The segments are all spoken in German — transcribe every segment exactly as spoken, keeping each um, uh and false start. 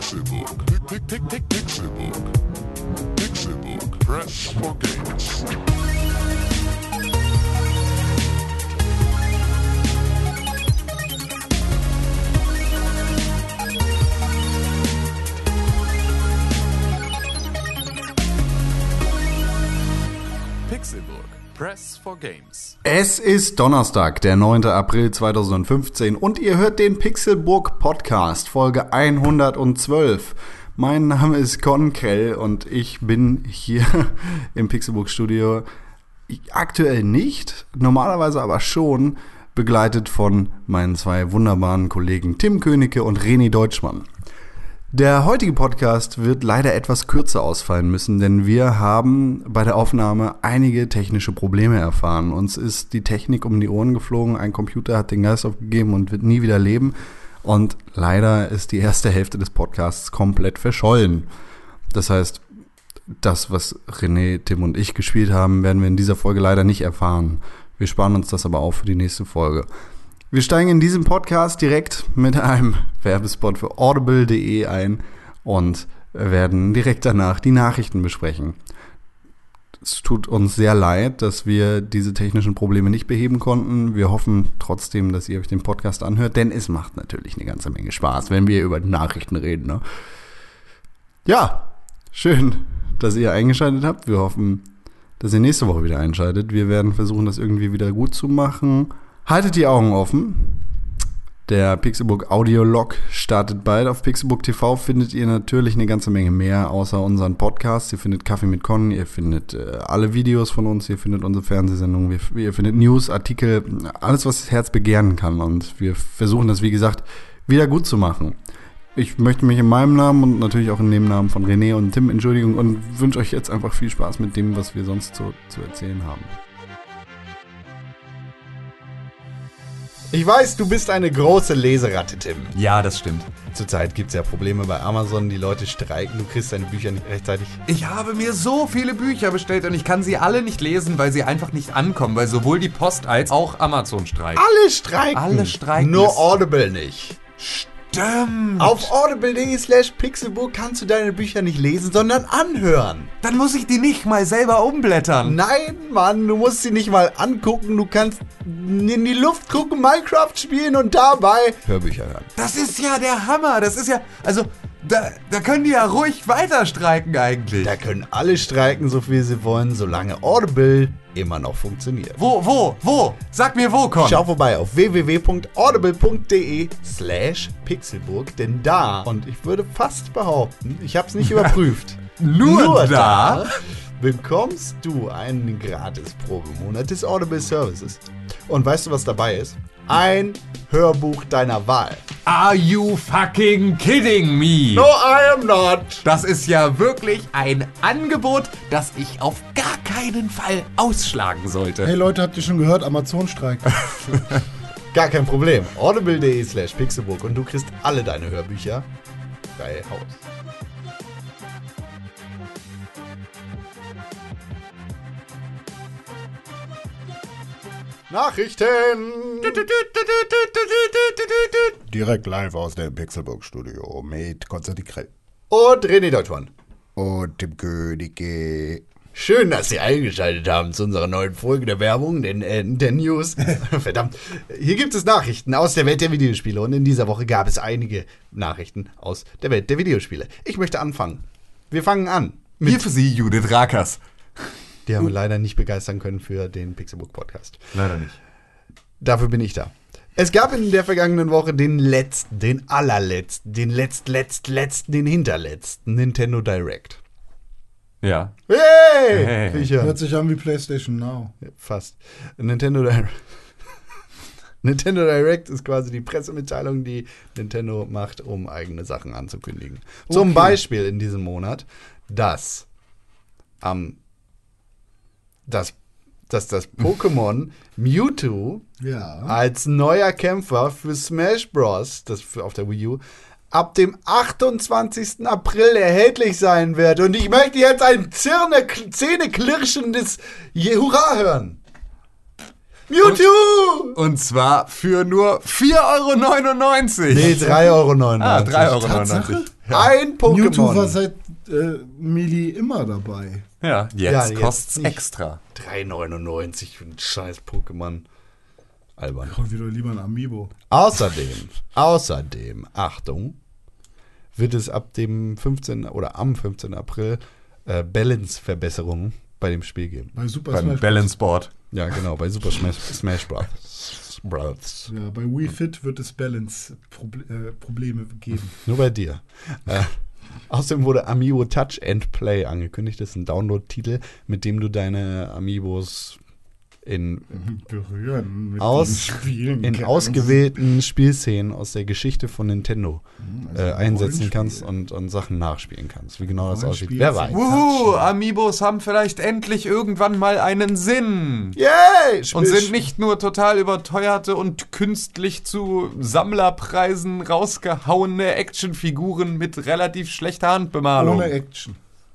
Pixelbook. Pixelbook. Pixelbook. Press for games. Pixelbook. Press for Games. Es ist Donnerstag, der neunter April zweitausendfünfzehn und ihr hört den Pixelburg Podcast, Folge hundertzwölf. Mein Name ist Con Krell und ich bin hier im Pixelburg Studio aktuell nicht, normalerweise aber schon, begleitet von meinen zwei wunderbaren Kollegen Tim Königke und René Deutschmann. Der heutige Podcast wird leider etwas kürzer ausfallen müssen, denn wir haben bei der Aufnahme einige technische Probleme erfahren. Uns ist die Technik um die Ohren geflogen, ein Computer hat den Geist aufgegeben und wird nie wieder leben. Und leider ist die erste Hälfte des Podcasts komplett verschollen. Das heißt, das, was René, Tim und ich gespielt haben, werden wir in dieser Folge leider nicht erfahren. Wir sparen uns das aber auf für die nächste Folge. Wir steigen in diesem Podcast direkt mit einem Werbespot für audible punkt de ein und werden direkt danach die Nachrichten besprechen. Es tut uns sehr leid, dass wir diese technischen Probleme nicht beheben konnten. Wir hoffen trotzdem, dass ihr euch den Podcast anhört, denn es macht natürlich eine ganze Menge Spaß, wenn wir über die Nachrichten reden. Ne? Ja, schön, dass ihr eingeschaltet habt. Wir hoffen, dass ihr nächste Woche wieder einschaltet. Wir werden versuchen, das irgendwie wieder gut zu machen. Haltet die Augen offen. Der Pixelbook Audiolog startet bald. Auf Pixelbook T V findet ihr natürlich eine ganze Menge mehr, außer unseren Podcasts. Ihr findet Kaffee mit Con, ihr findet äh, alle Videos von uns, ihr findet unsere Fernsehsendungen, wir, ihr findet News, Artikel, alles, was das Herz begehren kann. Und wir versuchen das, wie gesagt, wieder gut zu machen. Ich möchte mich in meinem Namen und natürlich auch in dem Namen von René und Tim entschuldigen und wünsche euch jetzt einfach viel Spaß mit dem, was wir sonst so zu erzählen haben. Ich weiß, du bist eine große Leseratte, Tim. Ja, das stimmt. Zurzeit gibt es ja Probleme bei Amazon, die Leute streiken, du kriegst deine Bücher nicht rechtzeitig. Ich habe mir so viele Bücher bestellt und ich kann sie alle nicht lesen, weil sie einfach nicht ankommen, weil sowohl die Post als auch Amazon streiken. Alle streiken? Alle streiken. Nur Audible nicht. Stimmt. Auf audible punkt de slash pixelbook kannst du deine Bücher nicht lesen, sondern anhören. Dann muss ich die nicht mal selber umblättern. Nein, Mann, du musst sie nicht mal angucken. Du kannst in die Luft gucken, Minecraft spielen und dabei Hörbücher hören. Das ist ja der Hammer. Das ist ja, also, da, da können die ja ruhig weiter streiken eigentlich. Da können alle streiken, so viel sie wollen, solange Audible immer noch funktioniert. Wo, wo, wo? Sag mir wo, Con. Schau vorbei auf w w w punkt audible punkt de slash pixelburg, denn da, und ich würde fast behaupten, ich habe es nicht überprüft, nur, nur da, da bekommst du einen gratis Probemonat des Audible Services. Und weißt du, was dabei ist? Ein Hörbuch deiner Wahl. Are you fucking kidding me? No, I am not. Das ist ja wirklich ein Angebot, das ich auf gar keinen Fall ausschlagen sollte. Hey Leute, habt ihr schon gehört? Amazon streikt. Gar kein Problem. audible punkt de slash pixelburg und du kriegst alle deine Hörbücher bei Haus. Nachrichten! Direkt live aus dem Pixelburg Studio mit Konstantin Krell. Und René Deutschmann. Und Tim Königke. Schön, dass Sie eingeschaltet haben zu unserer neuen Folge der Werbung, den, äh, der News. Verdammt. Hier gibt es Nachrichten aus der Welt der Videospiele und in dieser Woche gab es einige Nachrichten aus der Welt der Videospiele. Ich möchte anfangen. Wir fangen an. Mit Hier für Sie Judith Rakers. Die haben wir leider nicht begeistern können für den Pixelbook Podcast. Leider nicht. Dafür bin ich da. Es gab in der vergangenen Woche den letzten, den allerletzten, den letzt, letzt, letzten, den hinterletzten Nintendo Direct. Ja. Hey! Hey. Viecher. Hört sich an wie PlayStation Now. Fast. Nintendo Direct. Nintendo Direct ist quasi die Pressemitteilung, die Nintendo macht, um eigene Sachen anzukündigen. Okay. Zum Beispiel in diesem Monat, dass am dass, dass das Pokémon Mewtwo Ja. als neuer Kämpfer für Smash Bros., das für auf der Wii U, ab dem achtundzwanzigsten April erhältlich sein wird. Und ich möchte jetzt ein Zirne, zähneklirschendes Hurra hören. Mewtwo! Und zwar für nur vier Euro neunundneunzig. Nee, drei Euro neunundneunzig. Ah, drei Euro neunundneunzig. Ein Mewtwo war Pokémon. seit äh, Melee immer dabei. Ja, jetzt Ja, jetzt kostet's nicht. extra. drei neunundneunzig für ein scheiß Pokémon. Albern. Kauf wieder lieber ein Amiibo. Außerdem, außerdem, Achtung, wird es ab dem fünfzehnten oder am fünfzehnten April äh, Balance-Verbesserungen bei dem Spiel geben. Bei Super Beim Smash Balance Board. Ja, genau, bei Super Smash, Smash Bros. Bros. Ja, bei Wii Fit wird es Balance-Probleme äh, Probleme geben. Nur bei dir. Äh, außerdem wurde Amiibo Touch and Play angekündigt. Das ist ein Download-Titel, mit dem du deine Amiibos in, Berühren, mit aus, denen spielen in kannst. ausgewählten Spielszenen aus der Geschichte von Nintendo also äh, einsetzen Rollenspiel. kannst und, und Sachen nachspielen kannst. Wie genau das aussieht, Rollenspiel. wer weiß. Wuhu, Amiibos haben vielleicht endlich irgendwann mal einen Sinn. Yay! Und sind nicht nur total überteuerte und künstlich zu Sammlerpreisen rausgehauene Actionfiguren mit relativ schlechter Handbemalung. Ohne Action.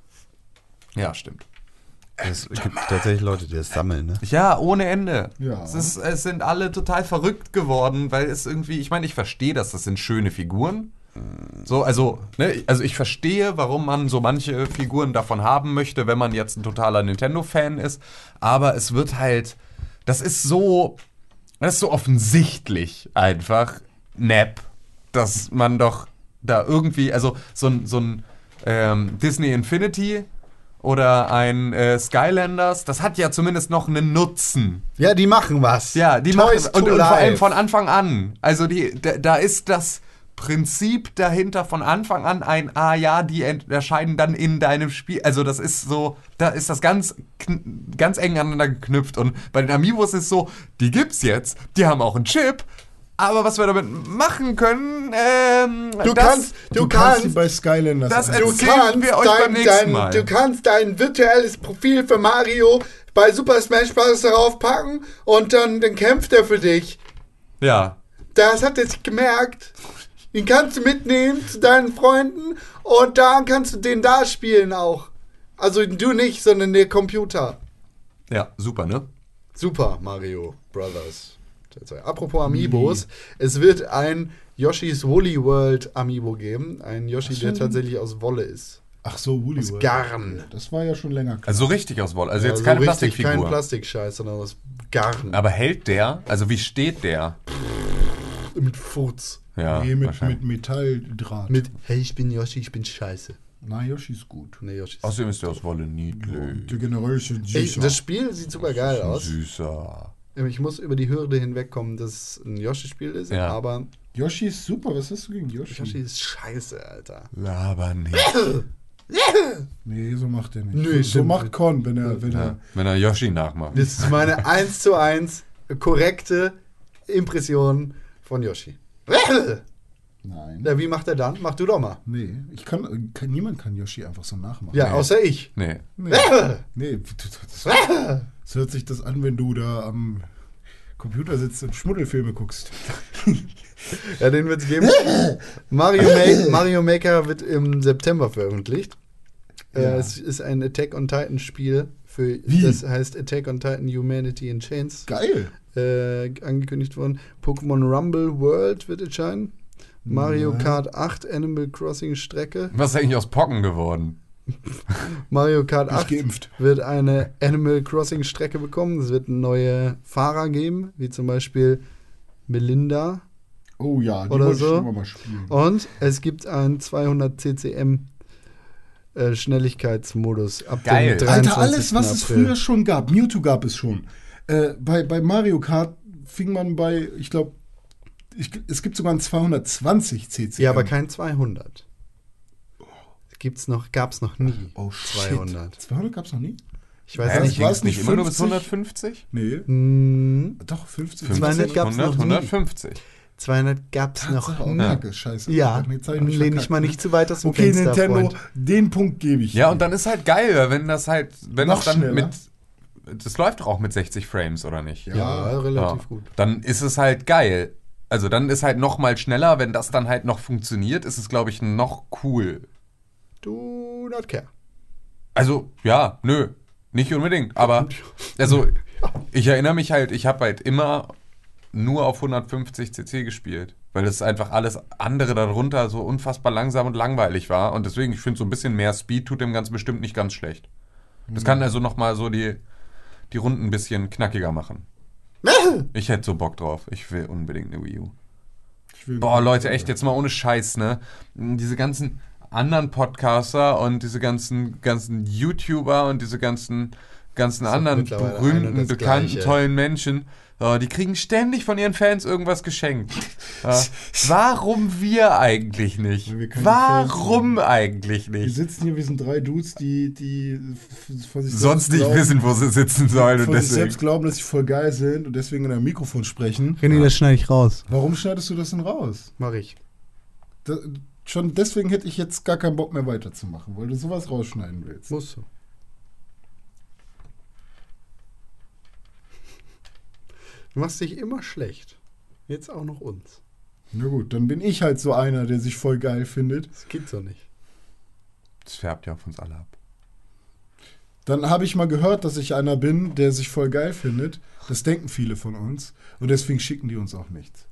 Ja, stimmt. Es gibt tatsächlich Leute, die das sammeln, ne? Ja, ohne Ende. Ja. Es, ist, es sind alle total verrückt geworden, weil es irgendwie, ich meine, ich verstehe das, das sind schöne Figuren. So, also, ne, also ich verstehe, warum man so manche Figuren davon haben möchte, wenn man jetzt ein totaler Nintendo-Fan ist. Aber es wird halt, das ist so, das ist so offensichtlich einfach Nap, dass man doch da irgendwie, also so ein, so ein ähm, Disney Infinity oder ein äh, Skylanders, das hat ja zumindest noch einen Nutzen. Ja, die machen was. Ja, die Toys machen to und, und vor allem life. von Anfang an. Also die, da, da ist das Prinzip dahinter von Anfang an ein, ah ja, die ent- erscheinen dann in deinem Spiel. Also das ist so, da ist das ganz, kn- ganz eng aneinander geknüpft. Und bei den Amiibos ist so, die gibt's jetzt, die haben auch einen Chip. Aber was wir damit machen können, ähm, Du das, kannst, du, Du kannst, die bei Skylanders das ein- du erzählen kannst wir euch beim dein, nächsten dein, Mal. du kannst dein virtuelles Profil für Mario bei Super Smash Bros. Darauf packen und dann, dann kämpft er für dich. ja. Das hat er sich gemerkt. Den kannst du mitnehmen zu deinen Freunden und dann kannst du den da spielen auch. Also du nicht, sondern der Computer. Ja, super, ne? Super Mario Brothers. Apropos Amiibos, es wird ein Yoshi's Woolly World Amiibo geben. Ein Yoshi, der tatsächlich aus Wolle ist. Ach so, Woolly Aus World. Garn. Das war ja schon länger klar. Also so richtig aus Wolle. Also jetzt Also keine richtig, Plastikfigur. kein Plastikscheiß, sondern aus Garn. Aber hält der? Also wie steht der? Mit Furz. Ja, nee, mit, wahrscheinlich. mit Metalldraht. Mit, hey, ich bin Yoshi, ich bin scheiße. Na, Yoshi ist gut. Nee, Yoshi ist Außerdem ist der aus Wolle niedlich. Der generell ist ein Ey, süßer. das Spiel sieht super geil aus. Süßer. Ich muss über die Hürde hinwegkommen, dass es ein Yoshi-Spiel ist, Ja. aber Yoshi ist super. Was hast du gegen Yoshi? Yoshi ist scheiße, Alter. Laber nicht. Nee, so macht er nicht. Nee, so, so stimmt. macht Con, wenn er, wenn Ja, er wenn er Yoshi nachmacht. Das ist meine eins zu eins korrekte Impression von Yoshi. Nein. Ja, wie macht er dann? Mach du doch mal. Nee, ich kann, kann niemand kann Yoshi einfach so nachmachen. Ja, außer ich. Nee. Nee, nee das, das hört sich das an, wenn du da am Computer sitzt und Schmuddelfilme guckst. Ja, den wird es geben. Mario, Ma- Mario Maker wird im September veröffentlicht. Äh, Ja. es ist ein Attack on Titan Spiel. Für, Wie? das heißt Attack on Titan Humanity in Chains. Geil. Äh, angekündigt worden. Pokémon Rumble World wird erscheinen. Mario Ja. Kart acht Animal Crossing Strecke. Was ist eigentlich aus Pocken geworden? Mario Kart Bin ich acht geimpft. wird eine Animal Crossing Strecke bekommen. Es wird neue Fahrer geben, wie zum Beispiel Melinda. Oh ja, die Oder wollte so. ich immer mal spielen. Und es gibt einen zweihundert C C M äh, Schnelligkeitsmodus ab Geil. dem Alter, dreiundzwanzigsten alles, was es April. früher schon gab. Mewtwo gab es schon. Äh, bei, bei Mario Kart fing man bei, ich glaube, ich, es gibt sogar ein zweihundertzwanzig C C M. Ja, aber kein zweihundert. Gibt's noch, gab's noch nie. Oh, shit. zweihundert. zweihundert gab es noch nie? Ich weiß Hä, nicht. war ging's es nicht immer nur bis fünfzig? hundertfünfzig? Nee. Hm, Doch, fünfzig. zweihundert gab's noch nie. hundertfünfzig. zweihundert gab's noch Tatsache, nie. Kacke, scheiße. Ja, Jetzt hab ich mich lehne ich verkackt. mal nicht zu weit aus dem Okay, Fenster, Nintendo, Freund. den Punkt gebe ich. Ja, dir. und dann ist halt geil, wenn das halt, wenn Noch das dann schneller. mit, das läuft doch auch mit sechzig Frames, oder nicht? Ja. Ja, relativ Ja. gut. Dann ist es halt geil. Also dann ist halt noch mal schneller, wenn das dann halt noch funktioniert, ist es, glaube ich, noch cool. Do not care. Also, ja, nö, nicht unbedingt, aber, also, Ich erinnere mich halt, ich habe halt immer nur auf hundertfünfzig Cc gespielt, weil das einfach alles andere darunter so unfassbar langsam und langweilig war. Und deswegen, ich finde, so ein bisschen mehr Speed tut dem Ganzen bestimmt nicht ganz schlecht. Das kann also nochmal so die, die Runden ein bisschen knackiger machen. Ich hätte so Bock drauf. Ich will unbedingt eine Wii U. Ich will Boah, Leute, echt, jetzt mal ohne Scheiß, ne? Diese ganzen anderen Podcaster und diese ganzen, ganzen YouTuber und diese ganzen, ganzen anderen mittlerweile ein berühmten, und das bekannten, Gleiche. tollen Menschen, oh, die kriegen ständig von ihren Fans irgendwas geschenkt. Ja. Warum wir eigentlich nicht? Weil wir keine Warum eigentlich Wir nicht? sitzen hier, wir sind drei Dudes, die, die f- von sich Sonst selbst nicht glauben, wissen, wo sie sitzen sollen und von sich selbst deswegen. glauben, dass sie voll geil sind und deswegen in einem Mikrofon sprechen. René, das schneide ich raus. Warum schneidest du das denn raus? Mach ich. Da, schon deswegen hätte ich jetzt gar keinen Bock mehr weiterzumachen, weil du sowas rausschneiden willst. Musst du. Du machst dich immer schlecht. Jetzt auch noch uns. Na gut, dann bin ich halt so einer, der sich voll geil findet. Das geht so nicht. Das färbt ja auf uns alle ab. Dann habe ich mal gehört, dass ich einer bin, der sich voll geil findet. Das denken viele von uns. Und deswegen schicken die uns auch nichts.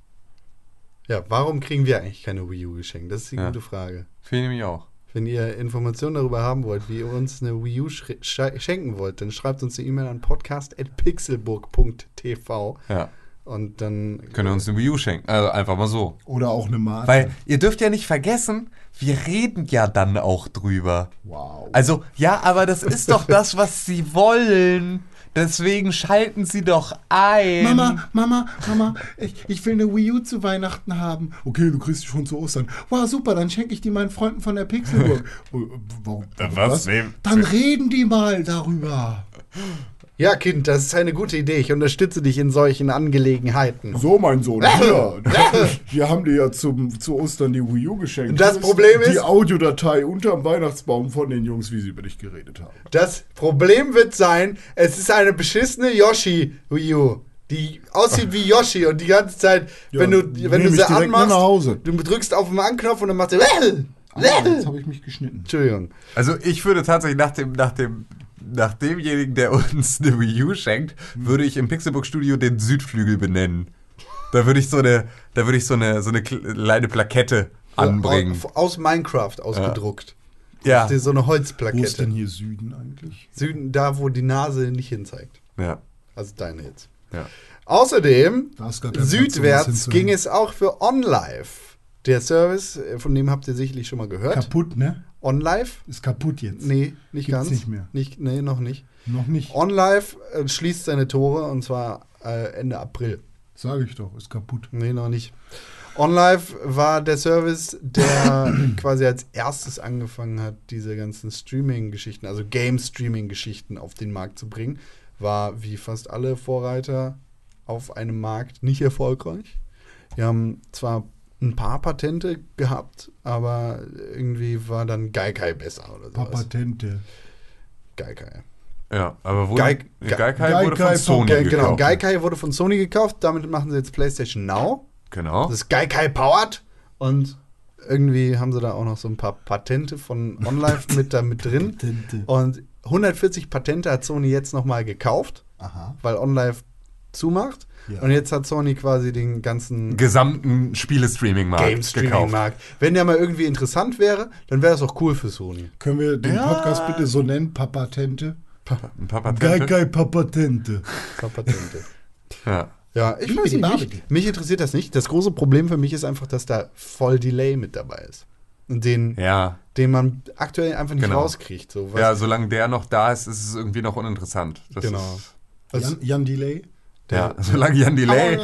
Ja, warum kriegen wir eigentlich keine Wii U geschenkt? Das ist die Ja. gute Frage. Finde ich mich auch. Wenn ihr Informationen darüber haben wollt, wie ihr uns eine Wii U sch sch schenken wollt, dann schreibt uns eine E-Mail an podcast at pixelburg punkt t v Ja. und dann Könnt ihr uns eine Wii U schenken? Also einfach mal so. Oder auch eine Mate. Weil ihr dürft ja nicht vergessen, wir reden ja dann auch drüber. Wow. Also, ja, aber das ist doch das, was sie wollen. Deswegen schalten sie doch ein. Mama, Mama, Mama, ich, ich will eine Wii U zu Weihnachten haben. Okay, du kriegst die schon zu Ostern. Wow, super, dann schenke ich die meinen Freunden von der Pixelburg. Oh, warum, Dann was? Wem? Dann reden die mal darüber. Ja, Kind, das ist eine gute Idee. Ich unterstütze dich in solchen Angelegenheiten. So, mein Sohn, hier, wir haben dir ja zum, zu Ostern die Wii U geschenkt. Das Problem die ist- Audiodatei unterm Weihnachtsbaum von den Jungs, wie sie über dich geredet haben. Das Problem wird sein, es ist eine beschissene Yoshi Wii U, die aussieht wie Yoshi und die ganze Zeit, Ja, wenn du, nehm wenn du ich sie direkt mit anmachst, nach Hause. du drückst auf den Anknopf und dann macht sie Lel, Ah, Lel. jetzt habe ich mich geschnitten. Entschuldigung. Also ich würde tatsächlich nach dem, nach dem, nach demjenigen, der uns eine Wii U schenkt, würde ich im Pixelbook Studio den Südflügel benennen. Da würde ich so eine, da würde ich so eine, so eine kleine Plakette anbringen. Aus, aus Minecraft ausgedruckt. Ja. Das ist so eine Wo ist denn Holzplakette. hier Süden eigentlich? Süden, da wo die Nase nicht hinzeigt. Ja. Also deine jetzt. Ja. Außerdem, Da ist gar kein Platz, um südwärts was ging hinzuhängen. es auch für OnLive. Der Service, von dem habt ihr sicherlich schon mal gehört. Kaputt, ne? OnLive? Ist kaputt jetzt. Nee, nicht Gibt's ganz. nicht mehr. Nicht, nee, noch nicht. Noch nicht. OnLive äh, schließt seine Tore und zwar äh, Ende April. Sage ich doch, ist kaputt. Nee, noch nicht. OnLive war der Service, der quasi als erstes angefangen hat, diese ganzen Streaming-Geschichten, also Game-Streaming-Geschichten auf den Markt zu bringen. War wie fast alle Vorreiter auf einem Markt nicht erfolgreich. Wir haben zwar ein paar Patente gehabt, aber irgendwie war dann Gaikai besser oder sowas. Patente. Gaikai. Ja, aber wurde, Gai- Gaikai, Gai- wurde von Gai- Sony Ge- gekauft. genau, Gaikai wurde von Sony gekauft, damit machen sie jetzt PlayStation Now. Genau. Das ist Gaikai powered und irgendwie haben sie da auch noch so ein paar Patente von OnLive mit da mit drin. Patente. Und hundertvierzig Patente hat Sony jetzt nochmal gekauft, Aha. weil OnLive zumacht. Ja. Und jetzt hat Sony quasi den ganzen Gesamten Spielestreaming-Markt gekauft. Game-Streaming-Markt. Wenn der mal irgendwie interessant wäre, dann wäre das auch cool für Sony. Können wir den Ja. Podcast bitte so nennen? Papatente? Ein paar Patente. Geil, geil, Papatente. Ein paar Patente. Ja. Ja, ich Bitte, weiß nicht, bitte. mich, mich interessiert das nicht. Das große Problem für mich ist einfach, dass da voll Delay mit dabei ist. Und den, Ja. den man aktuell einfach nicht Genau. rauskriegt. So, was, Ja, solange der noch da ist, ist es irgendwie noch uninteressant. Das Genau. Ist, was, Jan, Jan Delay? ja, solange Jan Delay.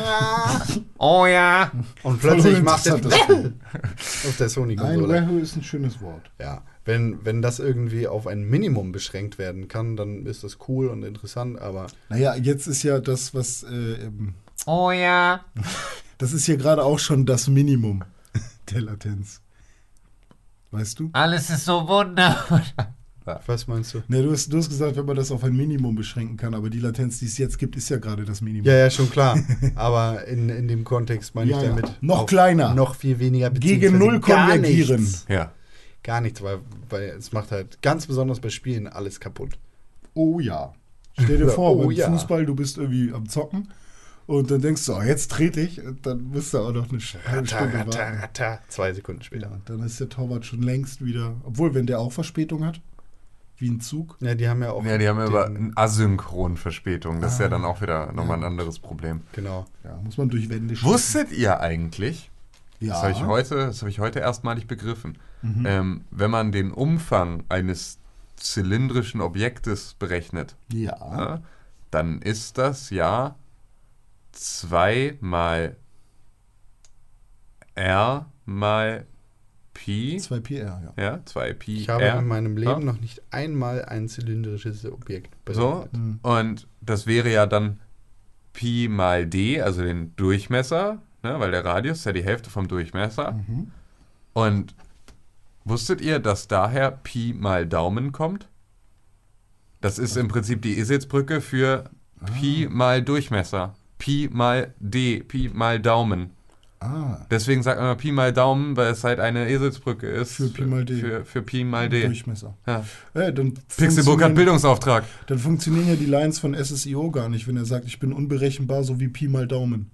Oh ja. und plötzlich Voll macht er interessant, auf der Nein, Sony-Konsole. Wahoo ist ein schönes Wort. Ja, wenn, wenn das irgendwie auf ein Minimum beschränkt werden kann, dann ist das cool und interessant, aber Naja, jetzt ist ja das, was. Äh, ähm, Oh ja. das ist hier gerade auch schon das Minimum der Latenz. Weißt du? Alles ist so wunderbar. was meinst du? Ne, du hast, du hast gesagt, wenn man das auf ein Minimum beschränken kann, aber die Latenz, die es jetzt gibt, ist ja gerade das Minimum. Ja, ja, schon klar. Aber in, in dem Kontext meine Ja, ich ja. damit Noch auf kleiner. Noch viel weniger. Gegen beziehungsweise Null gar konvergieren. nichts. Ja. Gar nichts, weil, weil es macht halt ganz besonders bei Spielen alles kaputt. Oh ja. Stell dir vor, Oh, beim ja. Fußball, du bist irgendwie am Zocken und dann denkst du, oh, jetzt trete ich. Und dann musst du auch noch eine halbe Stunde Ratter, ratter, warten. ratter. Zwei Sekunden später. Ja, dann ist der Torwart schon längst wieder, obwohl, wenn der auch Verspätung hat, wie ein Zug. Ja, die haben ja auch. Ja, die haben ja über den- Asynchron-Verspätung. Das ist ja Ah. dann auch wieder nochmal ein anderes Problem. Genau. Ja, muss man durch Wände schießen. Wusstet ihr eigentlich, Ja. das habe ich heute, das habe ich heute erstmalig begriffen, Mhm. ähm, wenn man den Umfang eines zylindrischen Objektes berechnet, Ja. ja, dann ist das ja zwei mal R mal Pi. zwei P R, ja. Ja, zwei Pi Ich habe R. in meinem Leben Ja. noch nicht einmal ein zylindrisches Objekt So, berechnet. Mhm. und das wäre ja dann Pi mal D, also den Durchmesser, ne, weil der Radius ist ja die Hälfte vom Durchmesser. Mhm. Und wusstet ihr, dass daher Pi mal Daumen kommt? Das ist im Prinzip die Eselsbrücke für Pi mal Durchmesser. Pi mal D, Pi mal Daumen. Ah, Deswegen sagt man Pi mal Daumen, weil es halt eine Eselsbrücke ist. Für Pi mal D. Für, für Pi mal D. Durchmesser. Ja. Ja, dann, Pixelburg hat funktionieren, Bildungsauftrag. dann funktionieren ja die Lines von S S I O gar nicht, wenn er sagt, ich bin unberechenbar, so wie Pi mal Daumen.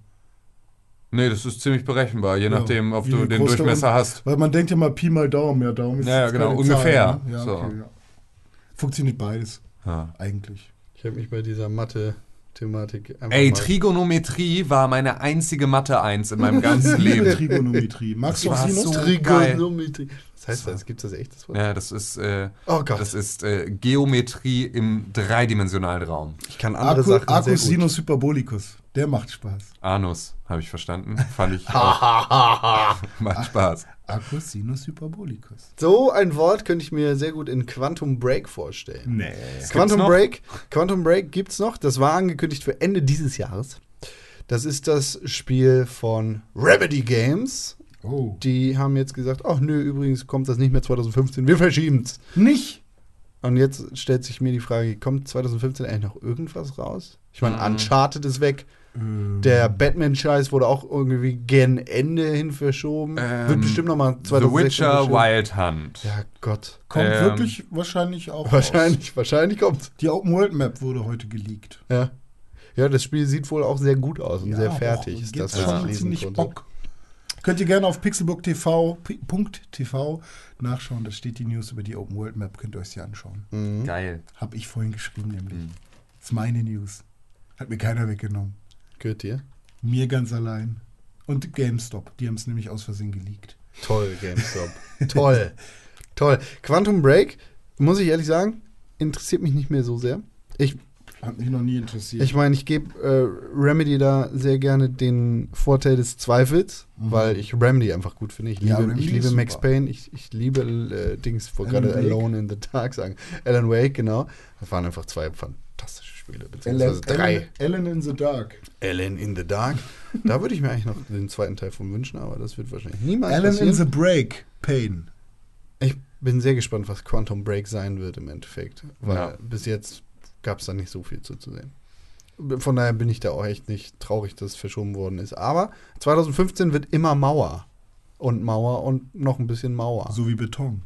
Nee, das ist ziemlich berechenbar, je Ja, nachdem, ob wie du den groß der Durchmesser Un- hast. Weil man denkt ja mal Pi mal Daumen, ja, Daumen ist Ja, ja, jetzt genau, keine ungefähr. Zahl, ne? Ja, So. okay, ja. Funktioniert beides, Ja. eigentlich. Ich habe mich bei dieser Mathe-Thematik einfach Ey, mal- Trigonometrie war meine einzige Mathe eins in meinem ganzen Leben. Trigonometrie. Magst du auch war Sinus? so Trigonometrie. Was heißt das? Gibt es das echt, das Wort? Ja, das ist, äh, Oh Gott. das ist äh, Geometrie im dreidimensionalen Raum. Ich kann andere Arcu, Sachen Arcus sehr gut. Sinus Hyperbolicus. Der macht Spaß. Anus, habe ich verstanden. Fand ich auch. Macht Spaß. Arcus Sinus Hyperbolicus. So ein Wort könnte ich mir sehr gut in Quantum Break vorstellen. Nee. Quantum noch? Break, Quantum Break gibt's noch. Das war angekündigt für Ende dieses Jahres. Das ist das Spiel von Remedy Games. Oh. Die haben jetzt gesagt, ach nö, übrigens kommt das nicht mehr zwanzig fünfzehn, wir verschieben's. Nicht? Und jetzt stellt sich mir die Frage, kommt zwanzig fünfzehn eigentlich noch irgendwas raus? Ich meine, Mhm. Uncharted ist weg. Der Batman-Scheiß wurde auch irgendwie gen Ende hin verschoben. Ähm, Wird bestimmt noch mal The zwanzig sechzehn Witcher verschoben. Wild Hunt. Ja, Gott. Kommt Ähm, wirklich wahrscheinlich auch Wahrscheinlich, wahrscheinlich kommt's. raus. Die Open World Map wurde heute geleakt. Ja. Ja, das Spiel sieht wohl auch sehr gut aus und Ja, sehr aber fertig. auch Ist jetzt das, was ich schon lesen ziemlich konnte. Bock. Könnt ihr gerne auf pixelburg Punkt t v P- Punkt T V nachschauen. Da steht die News über die Open World Map. Könnt ihr euch die anschauen. Mhm. Geil. Hab ich vorhin geschrieben, nämlich. Mhm. Das ist meine News. Hat mir keiner weggenommen. Gehört dir? Mir ganz allein. Und GameStop. Die haben es nämlich aus Versehen geleakt. Toll, GameStop. Toll. Toll. Quantum Break, muss ich ehrlich sagen, interessiert mich nicht mehr so sehr. Ich Hat mich noch nie interessiert. Ich meine, ich gebe äh, Remedy da sehr gerne den Vorteil des Zweifels, Mhm. weil ich Remedy einfach gut finde. Ich Ja, liebe, Remedy ich liebe ist Max super. Payne, ich, ich liebe äh, Dings, wo Alan gerade Wake. Alone in the Dark sagen. Alan Wake, genau. Das waren einfach zwei fantastische Spiele, beziehungsweise Alan, drei. Alan, Alan in the Dark. Alan in the Dark. Da würde ich mir eigentlich noch den zweiten Teil von wünschen, aber das wird wahrscheinlich niemals Alan passieren. in the Break. Pain. Ich bin sehr gespannt, was Quantum Break sein wird im Endeffekt, weil Ja. bis jetzt gab es da nicht so viel zu, zu sehen. Von daher bin ich da auch echt nicht traurig, dass es verschoben worden ist. Aber zwanzig fünfzehn wird immer Mauer. Und Mauer und noch ein bisschen Mauer. So wie Beton.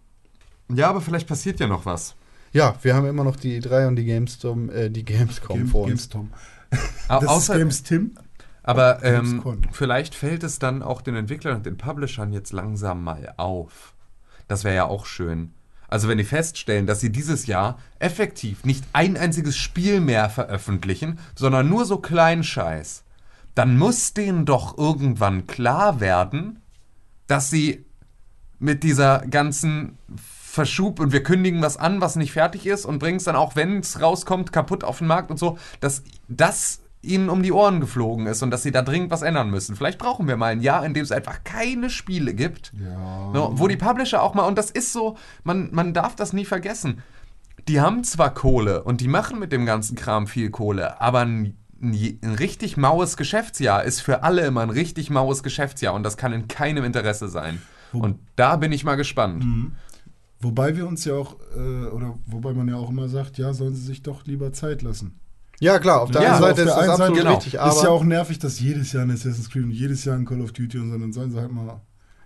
Ja, aber vielleicht passiert ja noch was. Ja, wir haben immer noch die E drei und die Gamescom, äh, die Gamescom Game, vor uns. GameStom. Au- Das außer, ist Games Tim. aber ähm, Gamescom. vielleicht fällt es dann auch den Entwicklern und den Publishern jetzt langsam mal auf. Das wäre ja auch schön. Also wenn die feststellen, dass sie dieses Jahr effektiv nicht ein einziges Spiel mehr veröffentlichen, sondern nur so Kleinscheiß, dann muss denen doch irgendwann klar werden, dass sie mit dieser ganzen Verschub und wir kündigen was an, was nicht fertig ist und bringen es dann auch, wenn es rauskommt, kaputt auf den Markt und so, dass das ihnen um die Ohren geflogen ist und dass sie da dringend was ändern müssen. Vielleicht brauchen wir mal ein Jahr, in dem es einfach keine Spiele gibt, Ja. no, wo die Publisher auch mal, und das ist so, man, man darf das nie vergessen, die haben zwar Kohle und die machen mit dem ganzen Kram viel Kohle, aber ein, ein, ein richtig maues Geschäftsjahr ist für alle immer ein richtig maues Geschäftsjahr und das kann in keinem Interesse sein. Und da bin ich mal gespannt. Mhm. Wobei wir uns ja auch, äh, oder wobei man ja auch immer sagt, ja, sollen sie sich doch lieber Zeit lassen. Ja, klar, auf der Ja, einen also Seite auf ist der das einen absolut Seite, genau, richtig, aber ist ja auch nervig, dass jedes Jahr ein Assassin's Creed und jedes Jahr ein Call of Duty und so, dann sollen sie halt mal.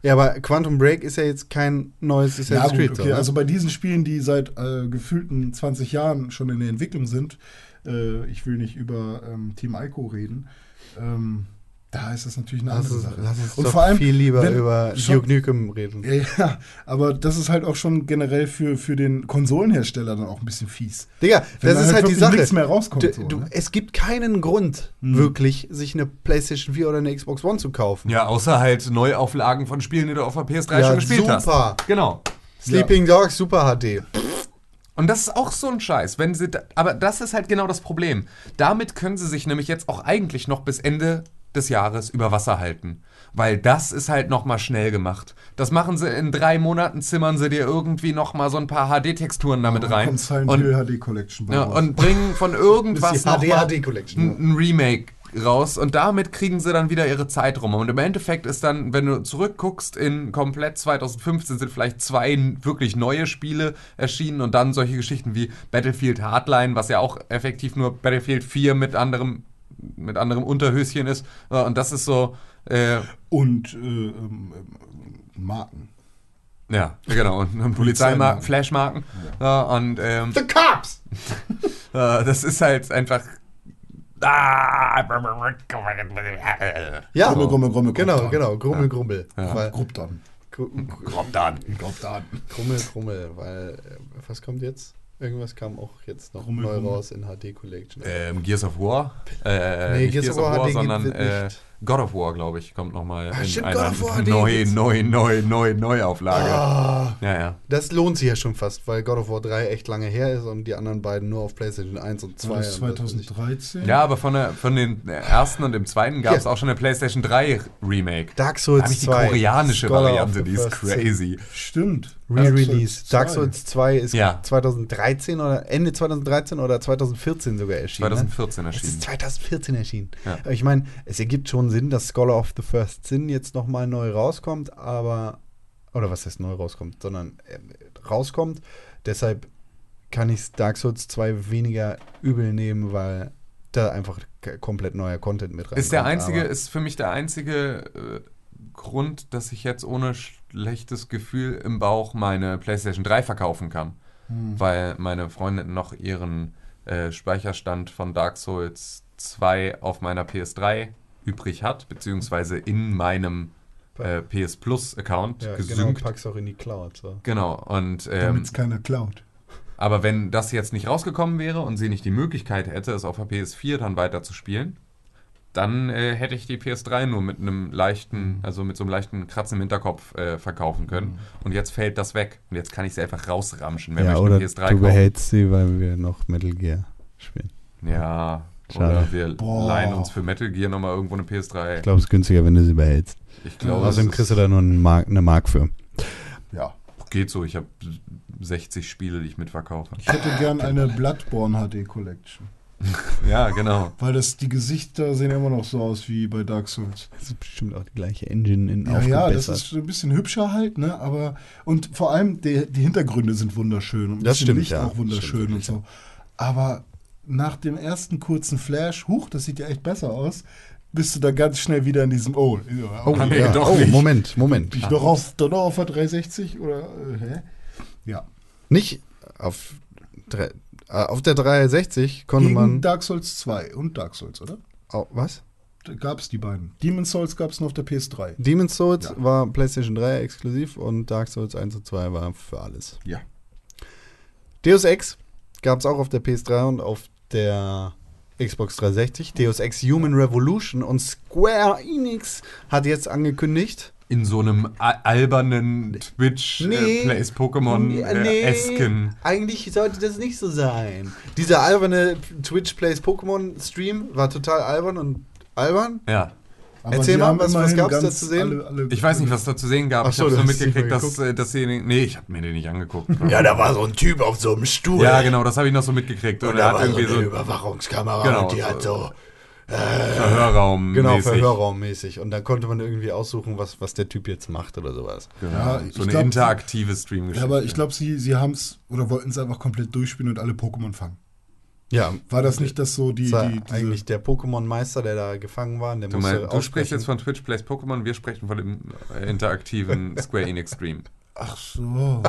Ja, aber Quantum Break ist ja jetzt kein neues Assassin's Ja, gut, Creed. okay. so, ne? Also bei diesen Spielen, die seit äh, gefühlten zwanzig Jahren schon in der Entwicklung sind, äh, ich will nicht über ähm, Team Ico reden, ähm, da ist das natürlich eine lass andere uns, Sache. lass uns Und doch vor allem, viel lieber wenn über schon- Duke Nukem reden. Ja, ja, aber das ist halt auch schon generell für, für den Konsolenhersteller dann auch ein bisschen fies. Digga, Wenn das da ist halt die wirklich Sache. nichts mehr rauskommt. Du, so, du, ne? es gibt keinen Grund, Hm. wirklich sich eine PlayStation vier oder eine Xbox One zu kaufen. Ja, außer halt Neuauflagen von Spielen, die du auf der P S drei Ja, schon gespielt super. hast. Genau. Sleeping Dogs Super H D. Und das ist auch so ein Scheiß. Wenn sie da, aber das ist halt genau das Problem. Damit können sie sich nämlich jetzt auch eigentlich noch bis Ende des Jahres über Wasser halten. Weil das ist halt nochmal schnell gemacht. Das machen sie in drei Monaten, zimmern sie dir irgendwie nochmal so ein paar H D-Texturen damit Da rein. kommt Silent Und, Hill H D Collection bei ja, raus. und bringen von irgendwas Das ist die H D nochmal H D Collection. ein, ein Remake raus. Und damit kriegen sie dann wieder ihre Zeit rum. Und im Endeffekt ist dann, wenn du zurückguckst, in komplett zwanzig fünfzehn sind vielleicht zwei wirklich neue Spiele erschienen und dann solche Geschichten wie Battlefield Hardline, was ja auch effektiv nur Battlefield vier mit anderem mit anderem Unterhöschen ist. Und das ist so, äh, Und äh, ähm, ähm, Marken. ja, genau, und Polizeimarken, Polizeimarken. Flashmarken. Ja, und ähm, The Cops! äh, das ist halt einfach. Ah, Ja, Grummel, Grummel, Grummel, genau, Grummel. genau, Grummel, Grummel. Weil, Grupp dann. Gru- Kommt dann. Grupp dann. Grummel, Grummel, weil, äh, was kommt jetzt? Irgendwas kam auch jetzt noch Grummel, neu Grummel. raus in H D Collection. Ähm, Gears of War. Äh, Nee, nicht Gears of War H D sondern gibt es äh, nicht. God of War, glaube ich, kommt nochmal Ah, in stimmt, einer God of War H D neue, gibt's. neue, neue, neue, Neuauflage. Ah, Ja, ja. das lohnt sich ja schon fast, weil God of War drei echt lange her ist und die anderen beiden nur auf PlayStation eins und zwei. War das und was weiß ich. zwanzig dreizehn? Ja, aber von, der, von den ersten und dem zweiten gab es Hier. auch schon eine PlayStation drei Remake. Dark Souls Da habe ich die zwei. koreanische Scholar Variante, of the die ist First Sin. crazy. Stimmt. Re-Release. Dark zwei. Souls zwei ist Ja. zwanzig dreizehn oder Ende zwanzig dreizehn oder zwanzig vierzehn sogar erschienen. zwanzig vierzehn Ne? Es erschienen. ist zwanzig vierzehn erschienen. Ja. Aber ich meine, es ergibt schon Sinn, dass Scholar of the First Sin jetzt nochmal neu rauskommt, aber, oder was heißt neu rauskommt, sondern äh, rauskommt. Deshalb kann ich Dark Souls zwei weniger übel nehmen, weil da einfach k- komplett neuer Content mit reinkommt. Ist der einzige, aber- ist für mich der einzige äh, Grund, dass ich jetzt ohne schlechtes Gefühl im Bauch meine PlayStation drei verkaufen kann. Weil meine Freundin noch ihren äh, Speicherstand von Dark Souls zwei auf meiner P S drei übrig hat, beziehungsweise in meinem äh, P S Plus Account ja, genau, gesynkt. pack's auch in die Cloud. So. Genau, und ähm, Damit es keiner klaut. aber wenn das jetzt nicht rausgekommen wäre und sie nicht die Möglichkeit hätte, es auf der P S vier dann weiter zu spielen, dann äh, hätte ich die P S drei nur mit einem leichten, also mit so einem leichten Kratzen im Hinterkopf äh, verkaufen können. Und jetzt fällt das weg. Und jetzt kann ich sie einfach rausramschen, wenn Ja, ich oder eine P S drei du kaufe. behältst sie, weil wir noch Metal Gear spielen. Ja, Schade. oder wir Boah. leihen uns für Metal Gear nochmal irgendwo eine P S drei. Ich glaube, es ist günstiger, wenn du sie behältst. Ich glaube, Außerdem es kriegst du ist- da nur eine Mark, eine Mark für. Ja. geht so. Ich habe sechzig Spiele, die ich mitverkaufe. Ich hätte gern eine Bloodborne H D Collection. Ja, genau. Weil das, die Gesichter sehen immer noch so aus wie bei Dark Souls. Das ist bestimmt auch die gleiche Engine in Ja, ja, das aufgebessert. ist ein bisschen hübscher halt, ne? Aber und vor allem die, die Hintergründe sind wunderschön und ein Das bisschen stimmt, Licht ja. auch wunderschön Stimmt und so. Aber nach dem ersten kurzen Flash, huch, das sieht ja echt besser aus, bist du da ganz schnell wieder in diesem Oh, Oh, Ah, nee, ja. doch oh nicht. Moment, Moment. ich doch auf, doch noch auf der dreihundertsechzig oder äh, hä? Ja. Nicht auf, drei- äh, auf der dreihundertsechzig konnte Gegen man. Dark Souls zwei und Dark Souls, oder? Oh, was? Da gab es die beiden. Demon's Souls gab es nur auf der P S drei. Demon's Souls Ja. war PlayStation drei exklusiv und Dark Souls eins und zwei war für alles. Ja. Deus Ex gab es auch auf der P S drei und auf der Xbox dreihundertsechzig. Deus Ex Human Revolution und Square Enix hat jetzt angekündigt. In so einem a- albernen Twitch Nee. äh, Plays Pokémon äh, Esken. eigentlich sollte das nicht so sein. Dieser alberne Twitch Plays Pokémon Stream war total albern und albern. Ja. Aber Erzähl sie mal, haben was- was immerhin gab's da ganz zu sehen? Alle, alle, Ich weiß nicht, was da zu sehen gab. Ach ich so, habe du nur hast nicht mitgekriegt, mal dass, äh, dass sie. Nee, ich habe mir den nicht angeguckt. Ja, da war so ein Typ auf so einem Stuhl. Ja, genau, das habe ich noch so mitgekriegt. Und, er hat irgendwie so Überwachungskamera Genau, und die hat so. Verhörraum. Genau, mäßig. Verhörraummäßig. Und dann konnte man irgendwie aussuchen, was, was der Typ jetzt macht oder sowas. Genau. Ja, so ich eine glaub, interaktive Stream-Geschichte. Ja, aber ich glaube, sie, sie haben es oder wollten es einfach komplett durchspielen und alle Pokémon fangen. Ja, War das nicht das so, die, das war die diese- eigentlich der Pokémon-Meister, der da gefangen war? und Der Du, musste mein, du sprichst aussprechen. jetzt von Twitch Plays Pokémon, wir sprechen von dem äh, interaktiven Square Enix Stream. Ach so.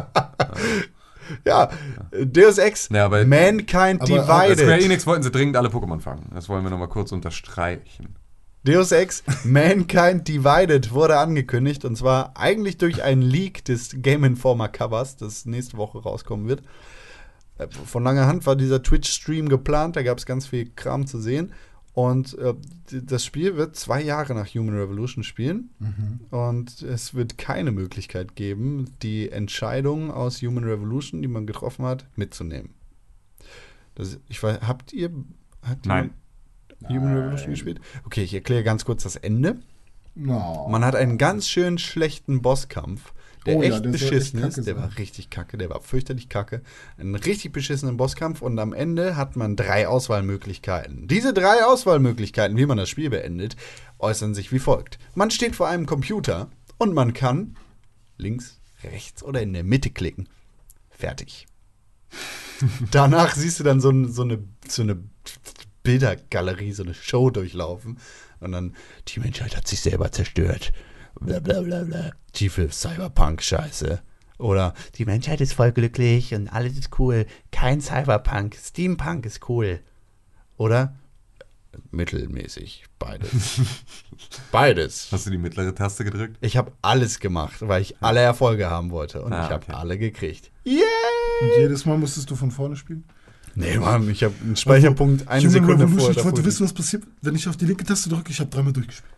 Ja, Deus Ex, Ja, aber- Mankind aber- Bei Divided. Square Enix wollten sie dringend alle Pokémon fangen. Das wollen wir nochmal kurz unterstreichen. Deus Ex Mankind Divided wurde angekündigt und zwar eigentlich durch einen Leak des Game Informer Covers, das nächste Woche rauskommen wird. Äh, Von langer Hand war dieser Twitch-Stream geplant, da gab es ganz viel Kram zu sehen. Und äh, d- das Spiel wird zwei Jahre nach Human Revolution spielen. Und es wird keine Möglichkeit geben, die Entscheidung aus Human Revolution, die man getroffen hat, mitzunehmen. Das, ich weiß, habt ihr hat Nein. jemand Human Revolution gespielt? Okay, ich erkläre ganz kurz das Ende. No. Man hat einen ganz schön schlechten Bosskampf, der Oh ja, echt der soll beschissen echt ist. kacke Der sein. war richtig kacke, der war fürchterlich kacke. Einen richtig beschissenen Bosskampf und am Ende hat man drei Auswahlmöglichkeiten. Diese drei Auswahlmöglichkeiten, wie man das Spiel beendet, äußern sich wie folgt. Man steht vor einem Computer und man kann links, rechts oder in der Mitte klicken. Fertig. Danach siehst du dann so, ein, so, eine, so eine Bildergalerie, so eine Show durchlaufen. Und dann, die Menschheit hat sich selber zerstört. Blablabla. Tiefe Cyberpunk-Scheiße. Oder die Menschheit ist voll glücklich und alles ist cool. Kein Cyberpunk. Steampunk ist cool. Oder mittelmäßig. Beides. Beides. Hast du die mittlere Taste gedrückt? Ich habe alles gemacht, weil ich alle Erfolge haben wollte. Und Ah, ich habe okay. alle gekriegt. Yay! Und jedes Mal musstest du von vorne spielen? Nee, Mann, ich habe einen Speicherpunkt eine Human Sekunde Revolution, vor. ich wollte davor. wissen, was passiert, wenn ich auf die linke Taste drücke. Ich habe dreimal durchgespielt.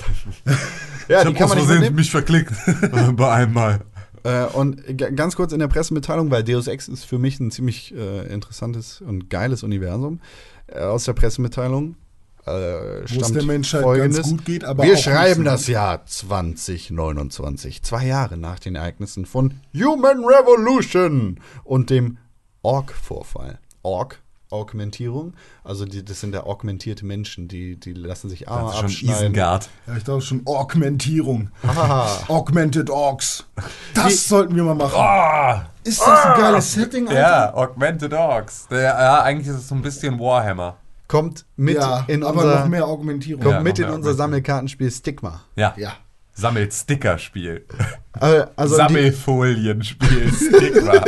Ja, die kann man nicht mitnehmen. mich verklickt. Bei einmal. Äh, und g- ganz kurz in der Pressemitteilung, weil Deus Ex ist für mich ein ziemlich äh, interessantes und geiles Universum. Äh, aus der Pressemitteilung äh, Wo es stammt der Menschheit Folgendes. ganz gut geht, aber Wir auch schreiben nicht so. das Jahr zwanzig neunundzwanzig, zwei Jahre nach den Ereignissen von Human Revolution und dem Org-Vorfall. Org, Augmentierung, also die, das sind ja augmentierte Menschen, die, die lassen sich Arme Das ist schon abschneiden. Isengard. Ja, ich dachte schon Augmentierung. Haha. Augmented Orcs. Das Die- sollten wir mal machen. Ah! Ist das ein geiles Setting, Alter? Ja, Augmented Dogs. Der, ja, eigentlich ist es so ein bisschen Warhammer. Kommt mit ja, in aber unser, noch mehr Augmentierung. kommt Ja, mit noch in mehr unser Augmentierung. Sammelkartenspiel Stigma. Ja. Ja. Sammelt Sticker-Spiel. Äh, also die, Sammelfolien-Spiel. Stigma.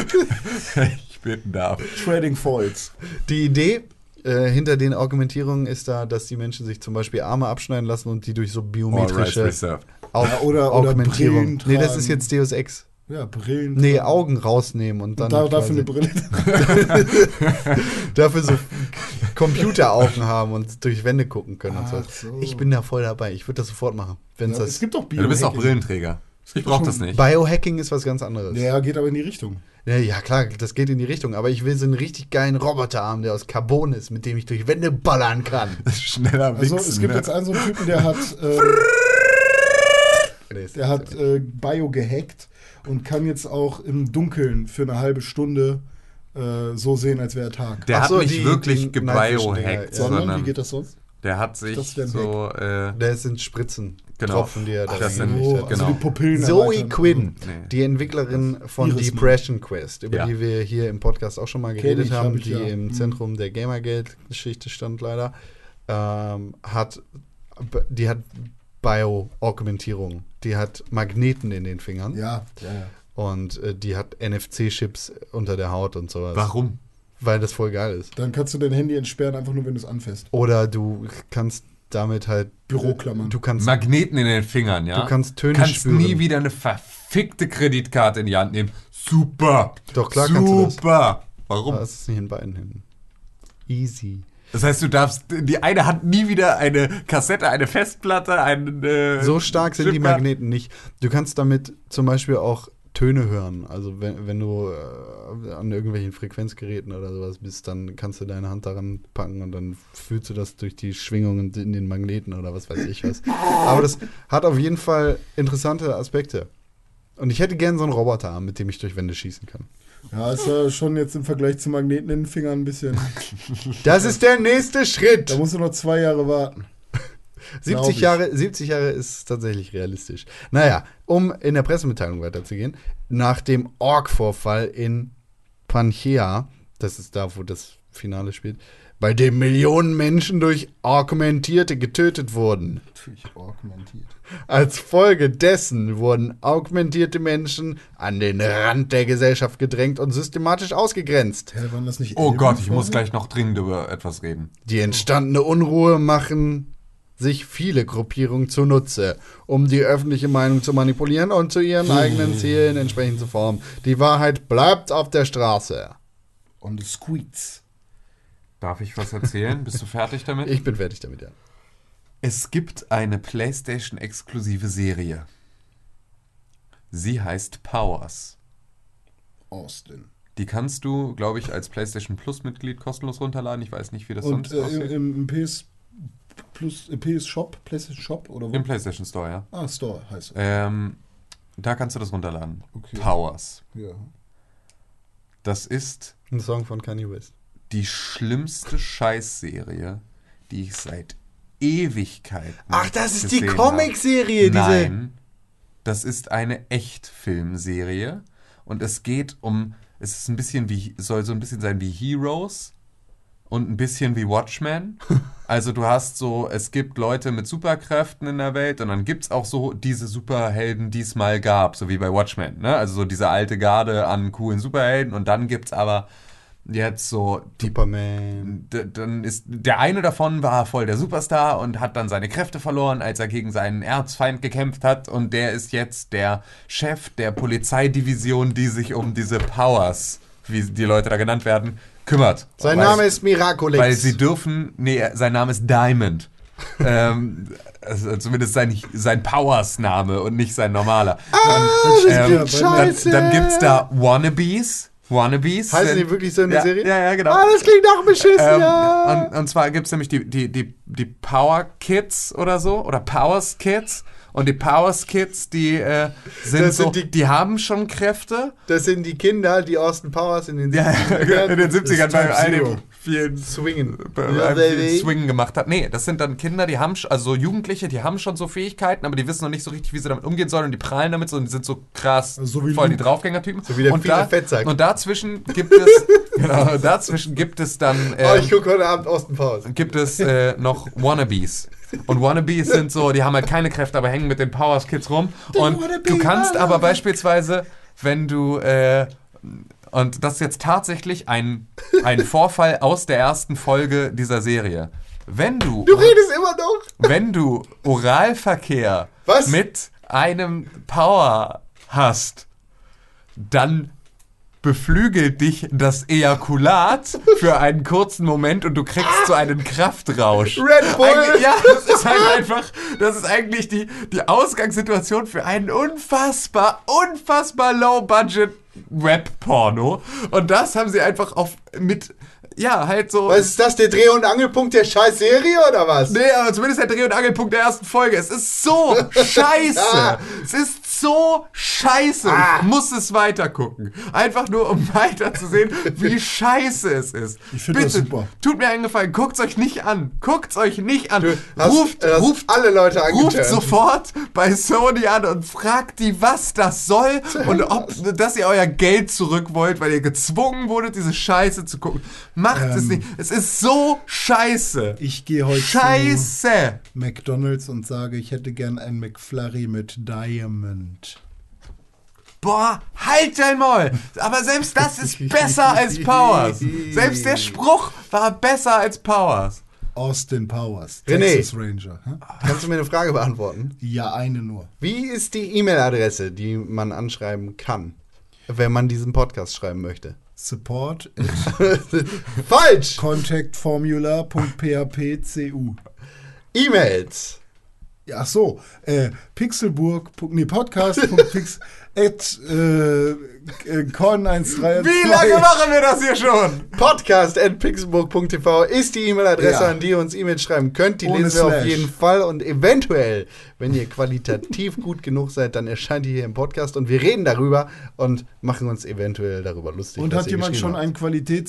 Ich bitte darf. Trading Foils. die Idee äh, hinter den Augmentierungen ist da, dass die Menschen sich zum Beispiel Arme abschneiden lassen und die durch so All rights biometrische reserved. Au Ja, oder- oder Augmentierung. Brillen Nee, das tragen. ist jetzt Deus Ex. Ja, Brillen. Nee, Augen rausnehmen und dann Und da, dafür quasi eine Brille. dafür so Computeraugen haben und durch Wände gucken können und so. Ach so. Ich bin da voll dabei. Ich würde das sofort machen. Wenn's Ja, das es gibt doch Ja, du bist auch Biohacking. Brillenträger. Ich gibt brauch schon- das nicht. Biohacking ist was ganz anderes. Ja, geht aber in die Richtung. Ja, ja, klar, das geht in die Richtung. Aber ich will so einen richtig geilen Roboter haben, der aus Carbon ist, mit dem ich durch Wände ballern kann. Schneller Also wichsen. es gibt ne? jetzt einen so einen Typen, der hat, ähm, der hat äh, Bio gehackt und kann jetzt auch im Dunkeln für eine halbe Stunde äh, so sehen, als wäre Tag. Der Ach hat so, nicht die- wirklich die Night Vision gebiohackt, Dinger, ja. Sondern, sondern wie geht das sonst? der hat sich Das wär ein so. Äh, Das sind Spritzen, Genau. Tropfen, die er da Das sind- reingelegt Oh, hat. also genau. die Pupillen Zoe erweitern. Quinn, Nee. die Entwicklerin von Iris Depression Quest, über Ja. die wir hier im Podcast auch schon mal Kenn geredet ich, haben, hab ich die ja. im Mhm. Zentrum der Gamergate-Geschichte stand leider, ähm, hat, die hat Bio-Augmentierung, die hat Magneten in den Fingern Ja, ja, ja. und äh, die hat N F C-Chips unter der Haut und sowas. warum? Weil das voll geil ist. Dann kannst du dein Handy entsperren, einfach nur, wenn du es anfasst. Oder du kannst damit halt Büroklammern. Du kannst Magneten in den Fingern, ja? Du kannst Töne kannst spüren. nie wieder eine verfickte Kreditkarte in die Hand nehmen. Super. Doch, klar kannst du das. Super. Warum? Das ist nicht in beiden Händen. Easy. Das heißt, du darfst die eine Hand nie wieder eine Kassette, eine Festplatte, ein äh, So stark sind die Chipkarte- Magneten nicht. Du kannst damit zum Beispiel auch Töne hören. Also wenn, wenn du äh, an irgendwelchen Frequenzgeräten oder sowas bist, dann kannst du deine Hand daran packen und dann fühlst du das durch die Schwingungen in den Magneten oder was weiß ich was. Aber das hat auf jeden Fall interessante Aspekte. Und ich hätte gern so einen Roboterarm, mit dem ich durch Wände schießen kann. Ja, ist ja schon jetzt im Vergleich zu Magneten in den Fingern ein bisschen. Das ist der nächste Schritt. Da musst du noch zwei Jahre warten. Glaub siebzig ich. Jahre, siebzig Jahre ist tatsächlich realistisch. Naja, um in der Pressemitteilung weiterzugehen, nach dem Org-Vorfall in Panchea, das ist da, wo das Finale spielt, bei dem Millionen Menschen durch Augmentierte getötet wurden. Natürlich augmentiert. Als Folge dessen wurden augmentierte Menschen an den Rand der Gesellschaft gedrängt und systematisch ausgegrenzt. Hä, waren das nicht Oh Elben Gott, ich muss vorher? gleich noch dringend über etwas reden. Die entstandene Unruhe machen sich viele Gruppierungen zunutze, um die öffentliche Meinung zu manipulieren und zu ihren eigenen Zielen entsprechend zu formen. Die Wahrheit bleibt auf der Straße. On the squeaks. Darf ich was erzählen? Bist du fertig damit? Ich bin fertig damit, ja. Es gibt eine PlayStation-exklusive Serie. Sie heißt Powers. Austin. Die kannst du, glaube ich, als PlayStation Plus-Mitglied kostenlos runterladen. Ich weiß nicht, wie das Und sonst äh, aussieht. im, im P S Plus, äh, P S Shop, PlayStation Shop oder wo? Im PlayStation Store, ja. Ah, Store heißt es. Ähm, da kannst du das runterladen. Okay. Powers. Ja. Das ist Ein Song von Kanye West. die schlimmste Scheißserie, die ich seit Ewigkeiten Ach, das ist die gesehen Comic-Serie, habe. diese. Nein, das ist eine Echtfilmserie und es geht um, es ist ein bisschen wie, soll so ein bisschen sein wie Heroes und ein bisschen wie Watchmen. Also du hast so, es gibt Leute mit Superkräften in der Welt und dann gibt es auch so diese Superhelden, die es mal gab, so wie bei Watchmen, ne? Also so diese alte Garde an coolen Superhelden und dann gibt es aber jetzt so die Superman. D- dann ist der eine davon war voll der Superstar und hat dann seine Kräfte verloren, als er gegen seinen Erzfeind gekämpft hat und der ist jetzt der Chef der Polizeidivision, die sich um diese Powers, wie die Leute da genannt werden, kümmert. Sein weil, Name ist Miraculix. weil sie dürfen, nee, sein Name ist Diamond. ähm, also zumindest sein, sein Powers-Name und nicht sein normaler. Ah, dann, ähm, dann, Scheiße. dann gibt's da Wannabes. Wannabes. Heißen sind- die wirklich so in der ja, Serie? Ja, ja, genau. Ah, das klingt auch beschissen, Ähm, ja. und, und zwar gibt es nämlich die, die, die, die Power Kids oder so, oder Powers Kids. Und die Powers Kids, die äh, sind Das so, sind die, die- haben schon Kräfte. Das sind die Kinder, die Austin Powers in den Ja, in den siebzigern bei Type all Zero. dem vielen Swingen. bei Ja, allem vielen baby. Swingen gemacht hat. Nee, das sind dann Kinder, die haben, sch- also Jugendliche, die haben schon so Fähigkeiten, aber die wissen noch nicht so richtig, wie sie damit umgehen sollen und die prallen damit so und die sind so krass, So wie voll die Luke. Draufgängertypen. So wie der und, viele Fettsack. und dazwischen gibt es, genau, dazwischen gibt es dann Oh, ähm, ich gucke heute Abend Austin Powers. gibt es äh, noch Wannabes. Und Wannabes sind so, die haben halt keine Kräfte, aber hängen mit den Powers Kids rum. Und du kannst aber beispielsweise, wenn du, äh, und das ist jetzt tatsächlich ein, ein Vorfall aus der ersten Folge dieser Serie. Wenn du, Du redest immer noch. wenn du Oralverkehr Was? mit einem Power hast, dann beflügelt dich das Ejakulat für einen kurzen Moment und du kriegst so einen Kraftrausch. Red Bull. Eigentlich, ja, das ist halt einfach, das ist eigentlich die, die Ausgangssituation für einen unfassbar, unfassbar low-budget Web-Porno. Und das haben sie einfach auf, mit, ja, halt so... Was ist das, der Dreh- und Angelpunkt der scheiß Serie oder was? Nee, aber zumindest der Dreh- und Angelpunkt der ersten Folge. Es ist so scheiße. Es ist so scheiße. Ah. Ich muss es weitergucken. Einfach nur, um weiterzusehen, wie scheiße es ist. Ich finde das Bitte, super. Tut mir einen Gefallen, guckt's euch nicht an. Guckt's euch nicht an. Du hast- ruft, du hast ruft, alle Leute ruft angeturnt. sofort bei Sony an und fragt die, was das soll und ob, dass ihr euer Geld zurück wollt, weil ihr gezwungen wurdet, diese Scheiße zu gucken. Macht es Ähm, nicht. Es ist so scheiße. Ich gehe heute Scheiße! zu McDonald's und sage, ich hätte gern ein McFlurry mit Diamond. Boah, halt dein Maul! Aber selbst das ist besser als Powers. Selbst der Spruch war besser als Powers. Austin Powers, René. Texas Ranger. Hä? Kannst du mir eine Frage beantworten? Ja, eine nur. Wie ist die E-Mail-Adresse, die man anschreiben kann, wenn man diesen Podcast schreiben möchte? Support at Falsch! contactformula.phpcu. E-Mails. Ja, ach so, äh, Pixelburg, nee, podcast.pix at äh, äh, con eins drei zwei. Wie lange machen wir das hier schon? Podcast at pixelburg punkt t v ist die E-Mail-Adresse, Ja. an die ihr uns E-Mails schreiben könnt. Die Ohne lesen wir auf Slash. jeden Fall. Und eventuell, wenn ihr qualitativ gut genug seid, dann erscheint ihr hier im Podcast und wir reden darüber und machen uns eventuell darüber lustig. Und was hat ihr jemand geschrieben schon habt. einen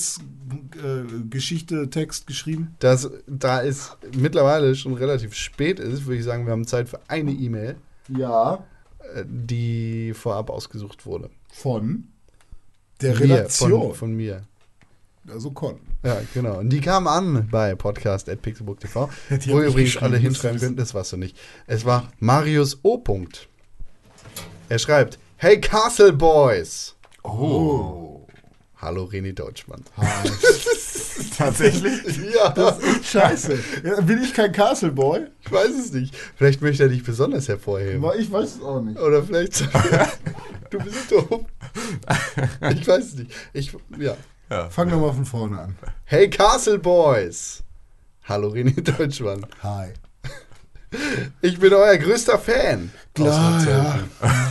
Qualitätsgeschichte-Text geschrieben? Das, da es mittlerweile schon relativ spät ist, würde ich sagen, wir haben Zeit für eine E-Mail, Ja. äh, die vorab ausgesucht wurde. Von der Mir, Redaktion. Von, von mir. Also Con. Ja, genau. Und die kamen an bei podcast at pixelburg punkt t v, Die wo hat ihr mich übrigens geschrieben, alle musst du hinschreiben wissen. könnt. Das warst du nicht. Es war Marius O. Er schreibt, hey Castle Boys. Oh. Hallo René Deutschmann. Tatsächlich? Ja, Scheiße. Ja, bin ich kein Castle Boy? ich weiß es nicht. Vielleicht möchte er dich besonders hervorheben. Ich weiß es auch nicht. Oder vielleicht du bist doof. Ich weiß es nicht. Ich, ja. Ja. Fang doch mal von vorne an. Hey Castle Boys. Hallo René Deutschmann. Hi. Ich bin euer größter Fan. Klar, ja.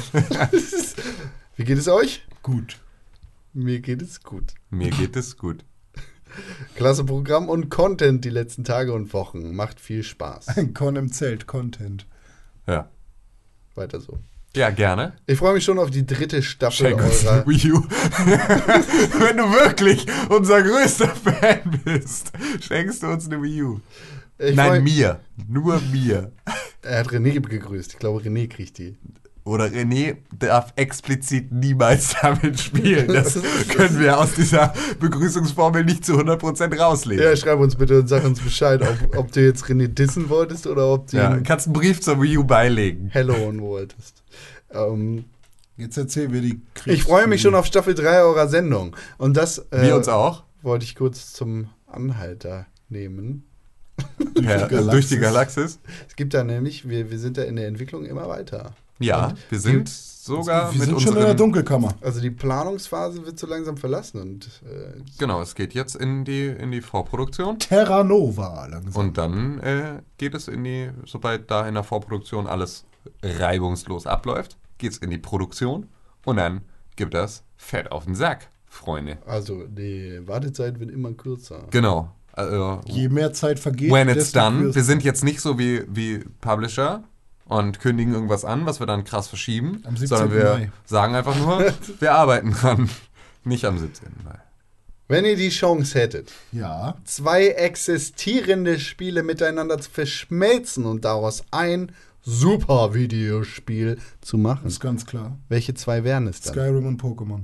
Wie geht es euch? Gut. Mir geht es gut. Mir geht es gut. Klasse Programm und Content die letzten Tage und Wochen. Macht viel Spaß. Ein Con im Zelt, Content. Ja. Weiter so. Ja, gerne. Ich freue mich schon auf die dritte Staffel Schenk uns eurer... eine Wii U. Wenn du wirklich unser größter Fan bist, schenkst du uns eine Wii U. Ich Nein, freu- mir. Nur mir. Er hat René gegrüßt. Ich glaube, René kriegt die. Oder René darf explizit niemals damit spielen. Das können wir aus dieser Begrüßungsformel nicht zu hundert Prozent rauslesen. Ja, schreib uns bitte und sag uns Bescheid, ob, ob du jetzt René dissen wolltest oder ob du Ja, ihm kannst einen Brief zur Wii U beilegen. Helloen wolltest. Ähm, Jetzt erzählen wir die Kriegs- ich freue mich schon auf Staffel drei eurer Sendung. Und das äh, Wir uns auch. wollte ich kurz zum Anhalter nehmen. Ja, Galaxis. durch die Galaxis. Es gibt da nämlich, wir, wir sind da in der Entwicklung immer weiter. Ja, Und wir sind sogar Wir mit sind schon in der unseren... Dunkelkammer. Also die Planungsphase wird so langsam verlassen und äh, Genau, es geht jetzt in die, in die Vorproduktion. Terra Nova langsam. Und dann äh, geht es in die, sobald da in der Vorproduktion alles reibungslos abläuft, geht es in die Produktion und dann gibt das Fett auf den Sack, Freunde. also die Wartezeit wird immer kürzer. Genau. Also, Je mehr Zeit vergeht, when it's desto done. kürzer. Wir sind jetzt nicht so wie, wie Publisher und kündigen irgendwas an, was wir dann krass verschieben, Am siebzehnten sondern wir Mai. sagen einfach nur, wir arbeiten dran. Nicht am siebzehnten Mai. Wenn ihr die Chance hättet, Ja. zwei existierende Spiele miteinander zu verschmelzen und daraus ein super Videospiel zu machen, Das ist ganz klar. welche zwei wären es dann? Skyrim und Pokémon.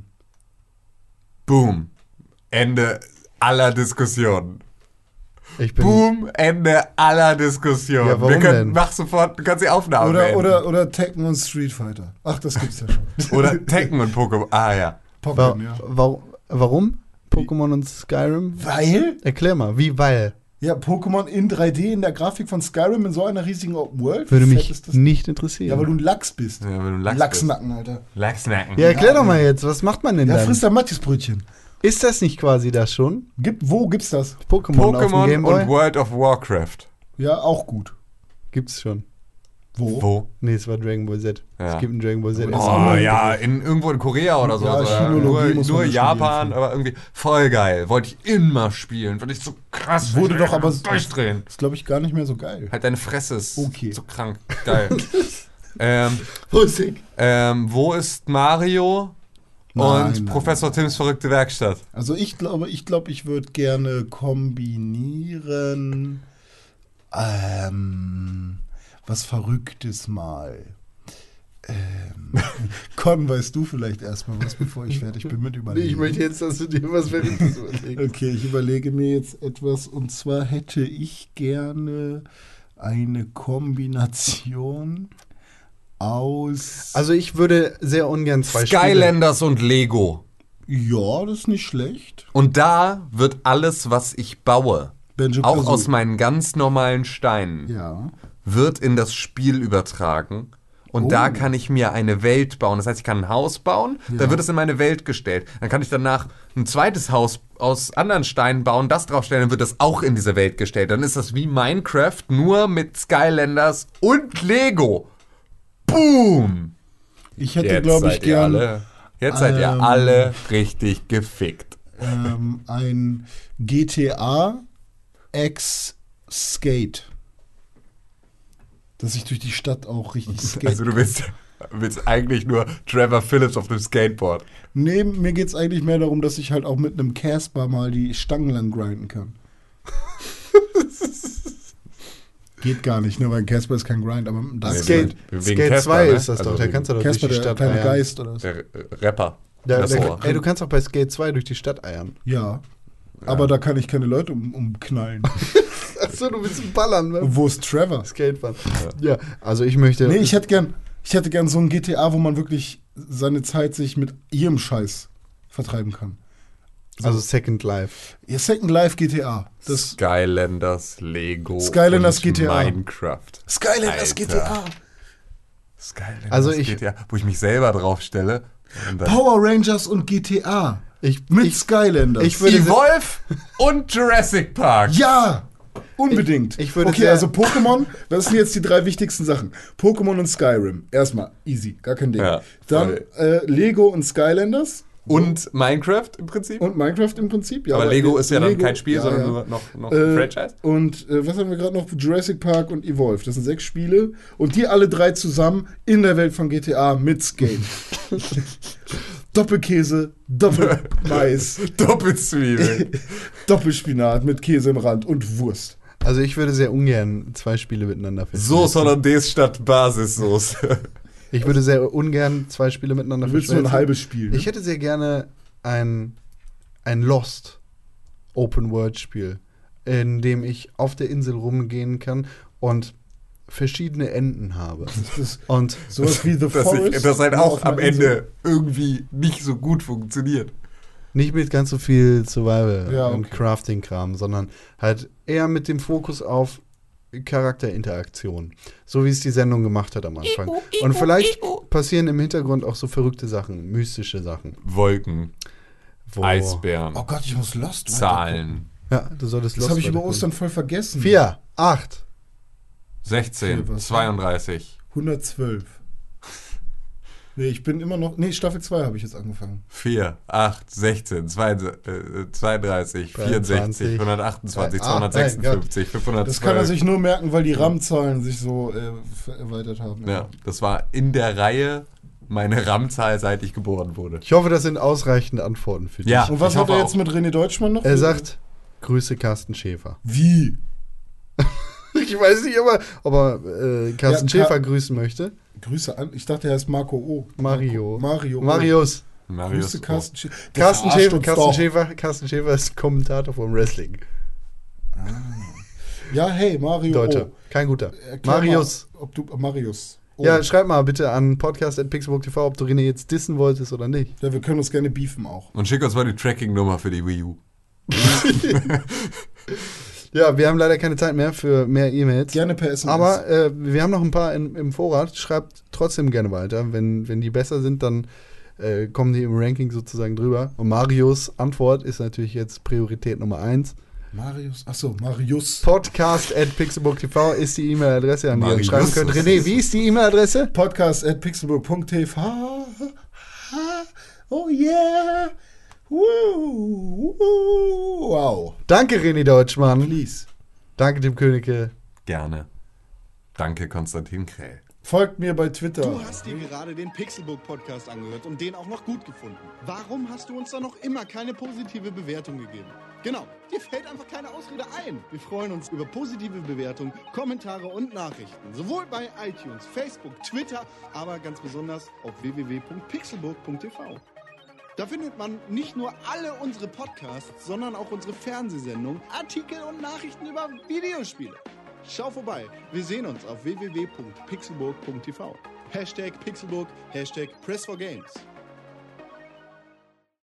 Boom. Ende aller Diskussionen. Ich bin Boom, Ende aller Diskussionen. Ja, warum wir können, denn? mach sofort, du kannst die Aufnahme Oder, beenden. oder, oder Tekken und Street Fighter. Ach, das gibt's ja schon. Oder Tekken und Pokémon. Ah ja. wa Pokémon, ja. wa warum Pokémon und Skyrim? Weil? Erklär mal, wie weil? Ja, Pokémon in drei D in der Grafik von Skyrim in so einer riesigen Open World. Würde Wie fett mich ist das? nicht interessieren. Ja, weil du ein Lachs bist. Ja, wenn du Lachs Lachsnacken, Alter. bist. Lachsnacken. ja, erklär Ja, doch mal ja. jetzt, was macht man denn Ja, dann? frisst ein Mattisbrötchen. Ist das nicht quasi das schon? Gibt, wo gibt's das? Pokémon, auf dem Pokémon Gameboy? und World of Warcraft. Ja, auch gut. Gibt's schon. Wo? Wo? Nee, es war Dragon Ball Z. Ja. Es gibt ein Dragon Ball Z. Aber das Oh auch ja, in, irgendwo in Korea oder so. Ja, also, Chinologie nur muss man nur nicht Japan, studieren. aber irgendwie voll geil. Wollte ich immer spielen. Fand ich so krass. Wurde Wollte ich doch aber- durchdrehen. Ist, glaube ich, gar nicht mehr so geil. Halt deine Fresse ist Okay. so krank. Geil. ähm, Musik. ähm, wo ist Mario Nein, und nein, Professor Tims verrückte Werkstatt? Also ich glaube, ich glaube, ich würde gerne kombinieren ähm, was Verrücktes mal. Ähm, Con, weißt du vielleicht erstmal was, bevor ich fertig bin mit Nee, überlegen? ich möchte jetzt, dass du dir was Verrücktes überlegst. Okay, ich überlege mir jetzt etwas und zwar hätte ich gerne eine Kombination aus. Also ich würde sehr ungern zwei Skylanders und Lego. Ja, das ist nicht schlecht. Und da wird alles, was ich baue, Banjo auch Kazooie. aus meinen ganz normalen Steinen, Ja. wird in das Spiel übertragen. Und Oh. da kann ich mir eine Welt bauen. Das heißt, ich kann ein Haus bauen, Ja. dann wird es in meine Welt gestellt. Dann kann ich danach ein zweites Haus aus anderen Steinen bauen, das draufstellen, dann wird das auch in diese Welt gestellt. Dann ist das wie Minecraft, nur mit Skylanders und Lego. Boom! Ich hätte, glaube ich, seid ihr gern alle, jetzt seid ihr ähm, alle richtig gefickt. ähm, ein G T A X Skate. Dass ich durch die Stadt auch richtig skate. Also du willst, willst eigentlich nur Trevor Phillips auf dem Skateboard. Nee, mir geht es eigentlich mehr darum, dass ich halt auch mit einem Casper mal die Stangen lang grinden kann. Geht gar nicht, ne, weil ein Casper ist kein Grind, aber ein Dark Skate, Wegen Skate Casper, zwei ne? ist das Also doch. Da wegen kannst du doch durch Casper, die der Stadt kleine eiern. Geist oder was? Der äh, Rapper. Da, Das da, Ohr. ey, du kannst auch bei Skate zwei durch die Stadt eiern. Ja. aber da kann ich keine Leute um, umknallen. Achso, du willst ballern, ne? Und wo ist Trevor? Skatefahren. Ja. also ich möchte... Nee, ich hätte gern, ich hätte gern so ein G T A, wo man wirklich seine Zeit sich mit ihrem Scheiß vertreiben kann. So. Also Second Life. Ja, Second Life G T A. Das Skylanders, Lego Skylanders und G T A. Minecraft. Skylanders Alter. G T A. Skylanders Also ich- G T A, wo ich mich selber draufstelle. Und dann Power Rangers und G T A. Ich, Mit ich, Skylanders. ich würde- Evolve und Jurassic Park. Ja! Unbedingt. Ich- ich würde okay, sehr- also Pokémon, das sind jetzt die drei wichtigsten Sachen. Pokémon und Skyrim. Erstmal, easy, gar kein Ding. Ja, Dann voll. äh, Lego und Skylanders. Und Minecraft im Prinzip. Und Minecraft im Prinzip. Ja, aber Lego ist ja dann Lego- kein Spiel, ja, sondern ja. nur noch, noch Äh, ein Franchise. Und äh, was haben wir gerade noch? Jurassic Park und Evolve. Das sind sechs Spiele. Und die alle drei zusammen in der Welt von G T A mit Skate. Doppelkäse, Doppelmais, Doppelzwiebel. Doppelspinat mit Käse im Rand und Wurst. also ich würde sehr ungern zwei Spiele miteinander Soße Hollandaise statt Basissoße. Ich würde sehr ungern zwei Spiele miteinander Du willst nur ein verschmelzen. halbes Spiel. Ne? Ich hätte sehr gerne ein, ein Lost Open-World-Spiel, in dem ich auf der Insel rumgehen kann und verschiedene Enden habe. das Und sowas wie The Dass, Forest. ich, das halt nur auch auf einer am Insel. Ende irgendwie nicht so gut funktioniert. nicht mit ganz so viel Survival Ja, und okay. Crafting-Kram, sondern halt eher mit dem Fokus auf Charakterinteraktion. So wie es die Sendung gemacht hat am Anfang. Und vielleicht passieren im Hintergrund auch so verrückte Sachen, mystische Sachen. Wolken, Wo Eisbären, Oh Gott, ich muss Lost weitergucken. Zahlen. Ja, du solltest Das Lost habe ich über weitergucken. Ostern voll vergessen. Vier, acht. sechzehn, Okay, was? zweiunddreißig, hundertzwölf. Nee, ich bin immer noch. Nee, Staffel zwei habe ich jetzt angefangen. vier, acht, sechzehn, zweiunddreißig, vierundsechzig, hundertachtundzwanzig, Ah, zweihundertsechsundfünfzig, fünfhundertzwölf. Das kann er sich nur merken, weil die RAM-Zahlen sich so äh, ver- erweitert haben. Ja, das war in der Reihe meine RAM-Zahl, seit ich geboren wurde. Ich hoffe, das sind ausreichende Antworten für dich. Ja. Und was Ich hat er hoffe jetzt auch. mit René Deutschmann noch? Er sagt, Grüße Carsten Schäfer. Wie? Ich weiß nicht, ob er, ob er äh, Carsten Ja, Ka- Schäfer grüßen möchte. Grüße an. Ich dachte, er heißt Marco O. Mario. Mario. O. Marius. Marius. Grüße Carsten Schäfer. Carsten Verarscht Schäfer, uns Carsten doch. Schäfer, Carsten Schäfer ist Kommentator vom Wrestling. Ja, hey, Mario. Deutscher. O. Kein guter. Erklär Marius. Mal, ob du, Marius. O. Ja, schreib mal bitte an podcast at pixelbook punkt t v, ob du René jetzt dissen wolltest oder nicht. Ja, wir können uns gerne beefen auch. Und schick uns mal die Tracking-Nummer für die Wii U. Ja, wir haben leider keine Zeit mehr für mehr E-Mails. Gerne per S M S. Aber äh, wir haben noch ein paar in, im Vorrat. Schreibt trotzdem gerne weiter. Wenn, wenn die besser sind, dann äh, kommen die im Ranking sozusagen drüber. Und Marius Antwort ist natürlich jetzt Priorität Nummer eins. Marius. Achso, Marius. podcast at pixelbook punkt t v ist die E-Mail-Adresse, an die ihr Marius. schreiben könnt. René, wie ist die E-Mail-Adresse? Podcast at pixelburg punkt t v. Oh yeah. Woo. Woo. Wow. Danke, René Deutschmann. Please. Danke, Tim Königke. Gerne. Danke, Konstantin Kräll. Folgt mir bei Twitter. Du hast dir gerade den Pixelbook Podcast angehört und den auch noch gut gefunden. Warum hast du uns da noch immer keine positive Bewertung gegeben? Genau, dir fällt einfach keine Ausrede ein. Wir freuen uns über positive Bewertungen, Kommentare und Nachrichten. Sowohl bei iTunes, Facebook, Twitter, aber ganz besonders auf w w w punkt pixelbook punkt t v. Da findet man nicht nur alle unsere Podcasts, sondern auch unsere Fernsehsendungen, Artikel und Nachrichten über Videospiele. Schau vorbei. Wir sehen uns auf w w w punkt pixelburg punkt t v. Hashtag Pixelburg, Hashtag Press for Games.